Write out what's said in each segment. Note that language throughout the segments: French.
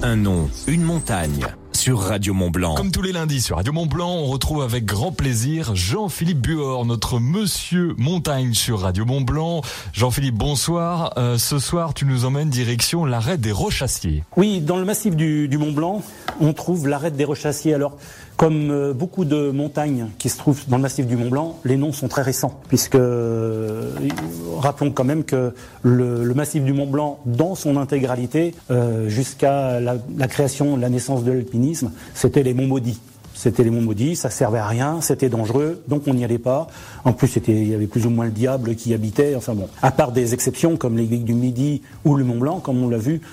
Un nom, une montagne. Sur Radio Mont-Blanc. Comme tous les lundis sur Radio Mont-Blanc, on retrouve avec grand plaisir Jean-Philippe Buor, notre monsieur montagne sur Radio Mont-Blanc. Jean-Philippe, bonsoir. Ce soir, tu nous emmènes direction l'arête des Rochassiers. Oui, dans le massif du Mont-Blanc, on trouve l'arête des Rochassiers. Alors, comme beaucoup de montagnes qui se trouvent dans le massif du Mont-Blanc, les noms sont très récents, puisque rappelons quand même que le massif du Mont-Blanc, dans son intégralité, jusqu'à la création, la naissance de l'alpinisme, c'était les monts maudits. C'était les monts maudits, ça servait à rien, c'était dangereux, donc on n'y allait pas. En plus, il y avait plus ou moins le diable qui y habitait. Enfin bon, à part des exceptions comme l'aiguille du Midi ou le Mont Blanc, comme on l'a vu,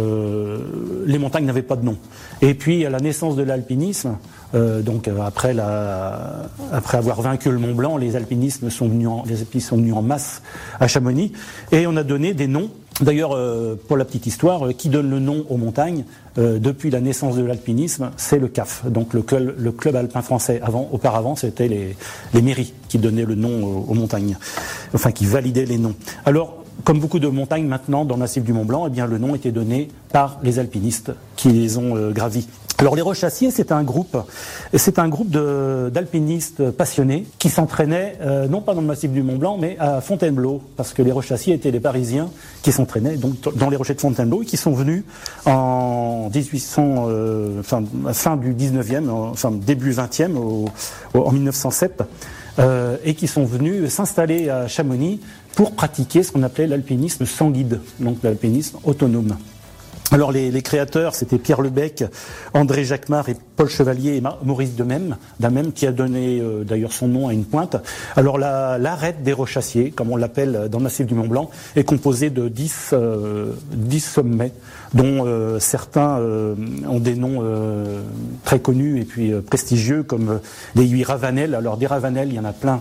les montagnes n'avaient pas de nom. Et puis à la naissance de l'alpinisme, après avoir vaincu le Mont Blanc, les alpinistes sont venus en masse à Chamonix, et on a donné des noms. D'ailleurs, pour la petite histoire, qui donne le nom aux montagnes depuis la naissance de l'alpinisme, c'est le CAF, donc le club alpin français. Auparavant, c'était les mairies qui donnaient le nom aux montagnes, enfin qui validaient les noms. Alors, comme beaucoup de montagnes maintenant dans le massif du Mont Blanc, eh bien le nom était donné par les alpinistes qui les ont gravis. Alors les Rochassiers, c'est un groupe d'alpinistes passionnés qui s'entraînaient non pas dans le massif du Mont Blanc, mais à Fontainebleau, parce que les Rochassiers étaient les Parisiens qui s'entraînaient donc dans les rochers de Fontainebleau et qui sont venus en fin du 19e, début 20e, en 1907, et qui sont venus s'installer à Chamonix pour pratiquer ce qu'on appelait l'alpinisme sans guide, donc l'alpinisme autonome. Alors les créateurs, c'était Pierre Lebec, André Jacquemart et Paul Chevalier et Maurice Damem, qui a donné d'ailleurs son nom à une pointe. Alors l'arête des Rochassiers, comme on l'appelle dans le massif du Mont Blanc, est composée de 10 sommets, dont certains ont des noms très connus et puis prestigieux, comme l'aiguille Ravanel. Alors des Ravanel, il y en a plein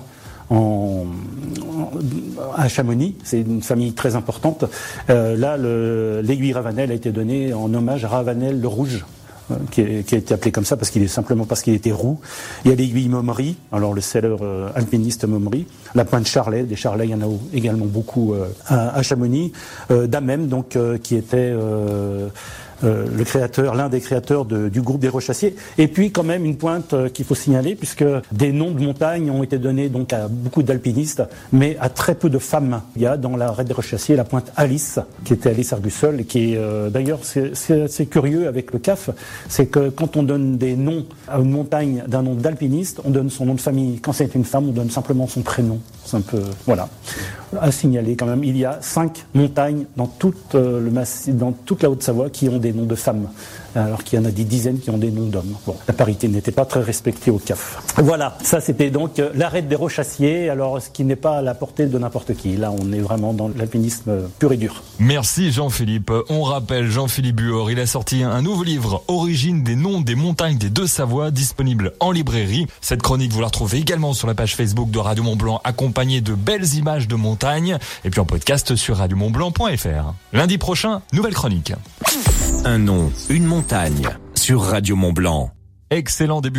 à Chamonix, c'est une famille très importante. L'aiguille Ravanel a été donnée en hommage à Ravanel le Rouge, qui a été appelé comme ça parce qu'il était roux. Il y a l'aiguille Momery, alors le célèbre alpiniste Momery, la pointe Charlet, des Charlets, il y en a également beaucoup à Chamonix. Damem, donc, qui était l'un des créateurs du groupe des Rochassiers. Et puis quand même une pointe qu'il faut signaler, puisque des noms de montagnes ont été donnés donc à beaucoup d'alpinistes, mais à très peu de femmes. Il y a dans l'arête des Rochassiers la pointe Alice, qui était Alice Argussol, et qui est d'ailleurs c'est curieux avec le CAF, c'est que quand on donne des noms à une montagne d'un nom d'alpiniste, on donne son nom de famille. Quand c'est une femme, on donne simplement son prénom. C'est un peu voilà. À signaler quand même, il y a 5 montagnes dans toute la Haute-Savoie qui ont des noms de femmes, alors qu'il y en a des dizaines qui ont des noms d'hommes. Bon, la parité n'était pas très respectée au CAF. Voilà, ça c'était donc l'arête des Rochassiers, alors ce qui n'est pas à la portée de n'importe qui. Là, on est vraiment dans l'alpinisme pur et dur. Merci Jean-Philippe. On rappelle Jean-Philippe Buor, il a sorti un nouveau livre, Origine des noms des montagnes des Deux-Savoies, disponible en librairie. Cette chronique, vous la retrouvez également sur la page Facebook de Radio Mont-Blanc, accompagnée de belles images de montagnes, et puis en podcast sur radiomontblanc.fr. Lundi prochain, nouvelle chronique. Un nom, une montagne. Sur Radio Mont-Blanc. Excellent début